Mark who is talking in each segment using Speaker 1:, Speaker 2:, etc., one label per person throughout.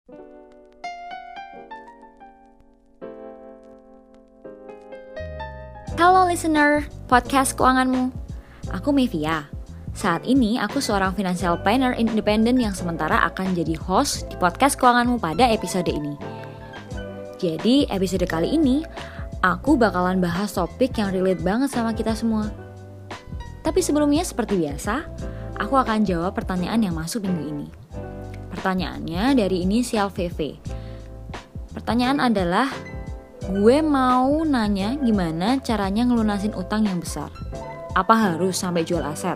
Speaker 1: Halo listener, podcast keuanganmu. Aku Mevia. Saat ini aku seorang financial planner independen yang sementara akan jadi host di podcast keuanganmu pada episode ini. Jadi episode kali ini aku bakalan bahas topik yang relate banget sama kita semua. Tapi sebelumnya seperti biasa, aku akan jawab pertanyaan yang masuk minggu ini. Pertanyaannya dari inisial VV. Pertanyaan adalah, gue mau nanya gimana caranya ngelunasin utang yang besar. Apa harus sampai jual aset?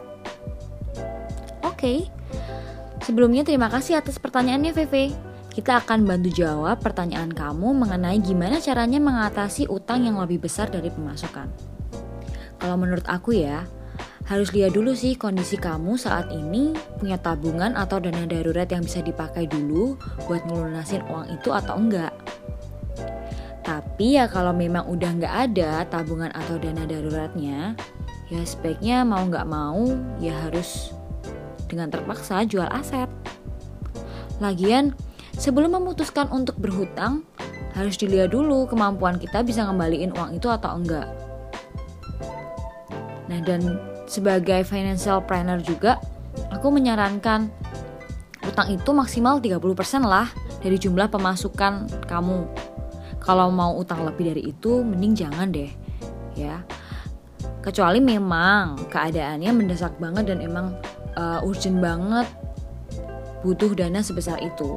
Speaker 1: Oke. Sebelumnya terima kasih atas pertanyaannya VV. Kita akan bantu jawab pertanyaan kamu mengenai gimana caranya mengatasi utang yang lebih besar dari pemasukan. Kalau menurut aku ya, harus lihat dulu sih kondisi kamu saat ini punya tabungan atau dana darurat yang bisa dipakai dulu buat ngelunasin uang itu atau enggak. Tapi ya kalau memang udah nggak ada tabungan atau dana daruratnya, ya sebaiknya mau nggak mau ya harus dengan terpaksa jual aset. Lagian sebelum memutuskan untuk berhutang, harus dilihat dulu kemampuan kita bisa ngembaliin uang itu atau enggak. Nah, dan sebagai financial planner juga, aku menyarankan utang itu maksimal 30% lah dari jumlah pemasukan kamu. Kalau mau utang lebih dari itu, mending jangan deh, ya. Kecuali memang keadaannya mendesak banget dan emang urgent banget butuh dana sebesar itu.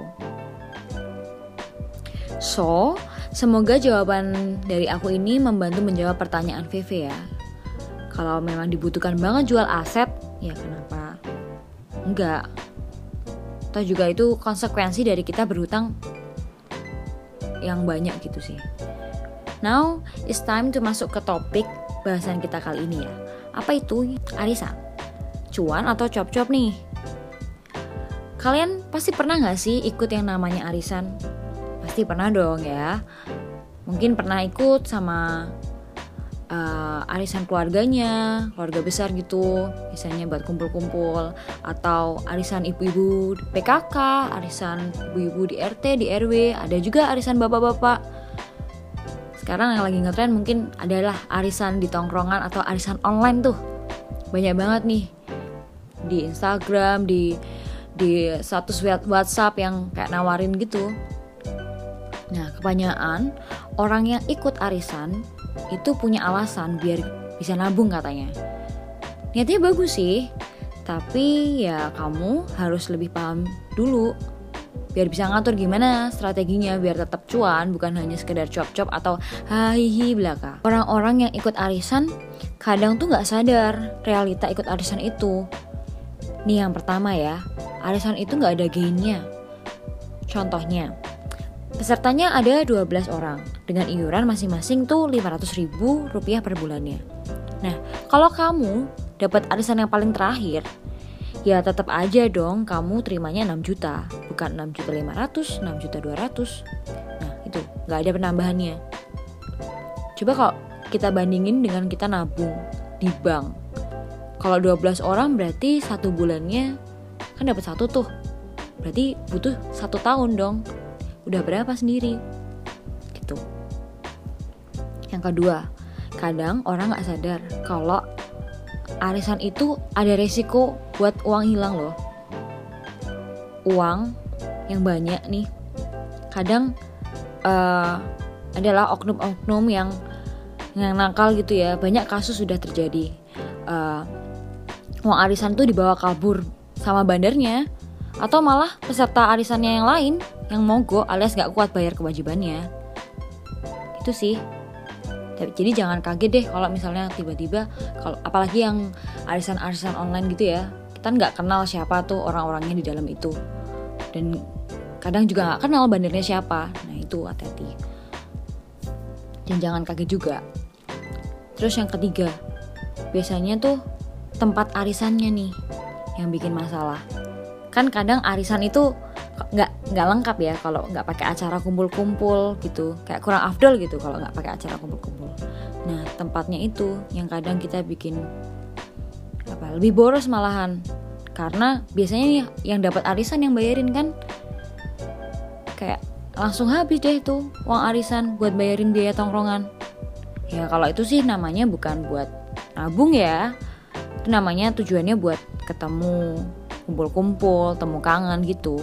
Speaker 1: So, semoga jawaban dari aku ini membantu menjawab pertanyaan VV ya. Kalau memang dibutuhkan banget jual aset, ya kenapa enggak? Atau juga itu konsekuensi dari kita berhutang yang banyak gitu sih. Now, it's time to masuk ke topik bahasan kita kali ini ya. Apa itu arisan? Cuan atau cop-cop nih? Kalian pasti pernah gak sih ikut yang namanya arisan? Pasti pernah dong ya. Mungkin pernah ikut sama arisan keluarganya, keluarga besar gitu, misalnya buat kumpul-kumpul, atau arisan ibu-ibu di PKK, arisan ibu-ibu di RT, di RW, ada juga arisan bapak-bapak. Sekarang yang lagi ngetren mungkin adalah arisan di tongkrongan atau arisan online tuh. Banyak banget nih di Instagram, di status WhatsApp yang kayak nawarin gitu. Nah, kebanyakan orang yang ikut arisan itu punya alasan biar bisa nabung katanya. Niatnya bagus sih, tapi ya kamu harus lebih paham dulu biar bisa ngatur gimana strateginya biar tetap cuan, bukan hanya sekedar cop-cop atau hahihi belaka. Orang-orang yang ikut arisan kadang tuh gak sadar realita ikut arisan itu. Nih yang pertama ya, arisan itu gak ada gainnya. Contohnya, pesertanya ada 12 orang dengan iuran masing-masing tuh Rp500.000 per bulannya. Nah, kalau kamu dapat arisan yang paling terakhir, ya tetap aja dong kamu terimanya 6 juta, bukan 6.500.000, 6.200.000. Nah, itu nggak ada penambahannya. Coba kalau kita bandingin dengan kita nabung di bank. Kalau 12 orang berarti 1 bulannya kan dapat 1 tuh. Berarti butuh 1 tahun dong. Udah berapa sendiri gitu. Yang kedua, kadang orang gak sadar kalau arisan itu ada resiko buat uang hilang loh. Uang yang banyak nih kadang adalah oknum-oknum yang nakal gitu ya. Banyak kasus sudah terjadi, uang arisan tuh dibawa kabur sama bandarnya, atau malah peserta arisannya yang lain yang mogok alias gak kuat bayar kewajibannya. Itu sih. Jadi jangan kaget deh kalau misalnya tiba-tiba, kalau apalagi yang arisan-arisan online gitu ya, kita gak kenal siapa tuh orang-orangnya di dalam itu, dan kadang juga gak kenal bandarnya siapa. Nah itu hati-hati, dan jangan kaget juga. Terus yang ketiga, biasanya tuh tempat arisannya nih yang bikin masalah. Kan kadang arisan itu nggak lengkap ya kalau nggak pakai acara kumpul-kumpul gitu, kayak kurang afdol gitu kalau nggak pakai acara kumpul-kumpul. Nah tempatnya itu yang kadang kita bikin lebih boros malahan, karena biasanya yang dapat arisan yang bayarin kan kayak langsung habis deh itu uang arisan buat bayarin biaya tongkrongan. Ya kalau itu sih namanya bukan buat nabung ya. Itu namanya tujuannya buat ketemu, kumpul-kumpul, temu kangen gitu.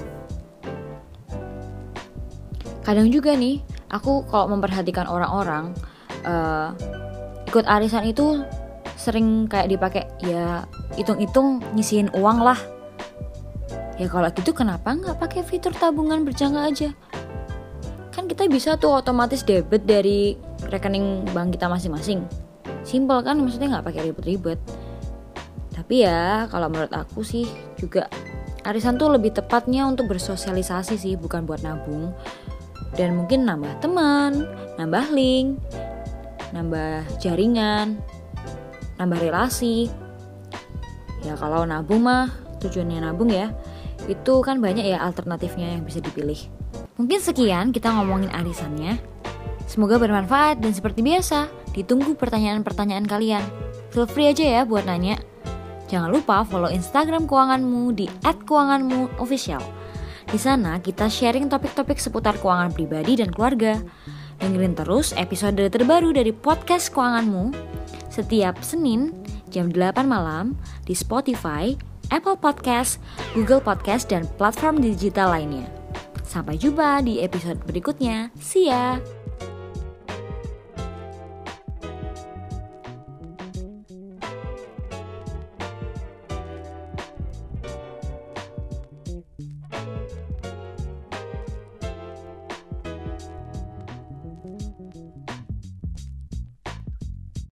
Speaker 1: Kadang juga nih, aku kalau memperhatikan orang-orang ikut arisan itu sering kayak dipakai ya hitung-hitung nyisihin uang lah. Ya kalau gitu kenapa nggak pakai fitur tabungan berjangka aja? Kan kita bisa tuh otomatis debit dari rekening bank kita masing-masing. Simpel kan, maksudnya nggak pakai ribet-ribet. Tapi ya kalau menurut aku sih juga arisan tuh lebih tepatnya untuk bersosialisasi sih, bukan buat nabung. Dan mungkin nambah teman, nambah link, nambah jaringan, nambah relasi. Ya kalau nabung mah, tujuannya nabung ya, itu kan banyak ya alternatifnya yang bisa dipilih. Mungkin sekian kita ngomongin arisannya. Semoga bermanfaat dan seperti biasa, ditunggu pertanyaan-pertanyaan kalian. Feel free aja ya buat nanya. Jangan lupa follow Instagram keuanganmu di @keuanganmuofficial. Di sana kita sharing topik-topik seputar keuangan pribadi dan keluarga. Dengerin terus episode terbaru dari podcast Keuanganmu setiap Senin jam 8 malam di Spotify, Apple Podcast, Google Podcast, dan platform digital lainnya. Sampai jumpa di episode berikutnya. See ya!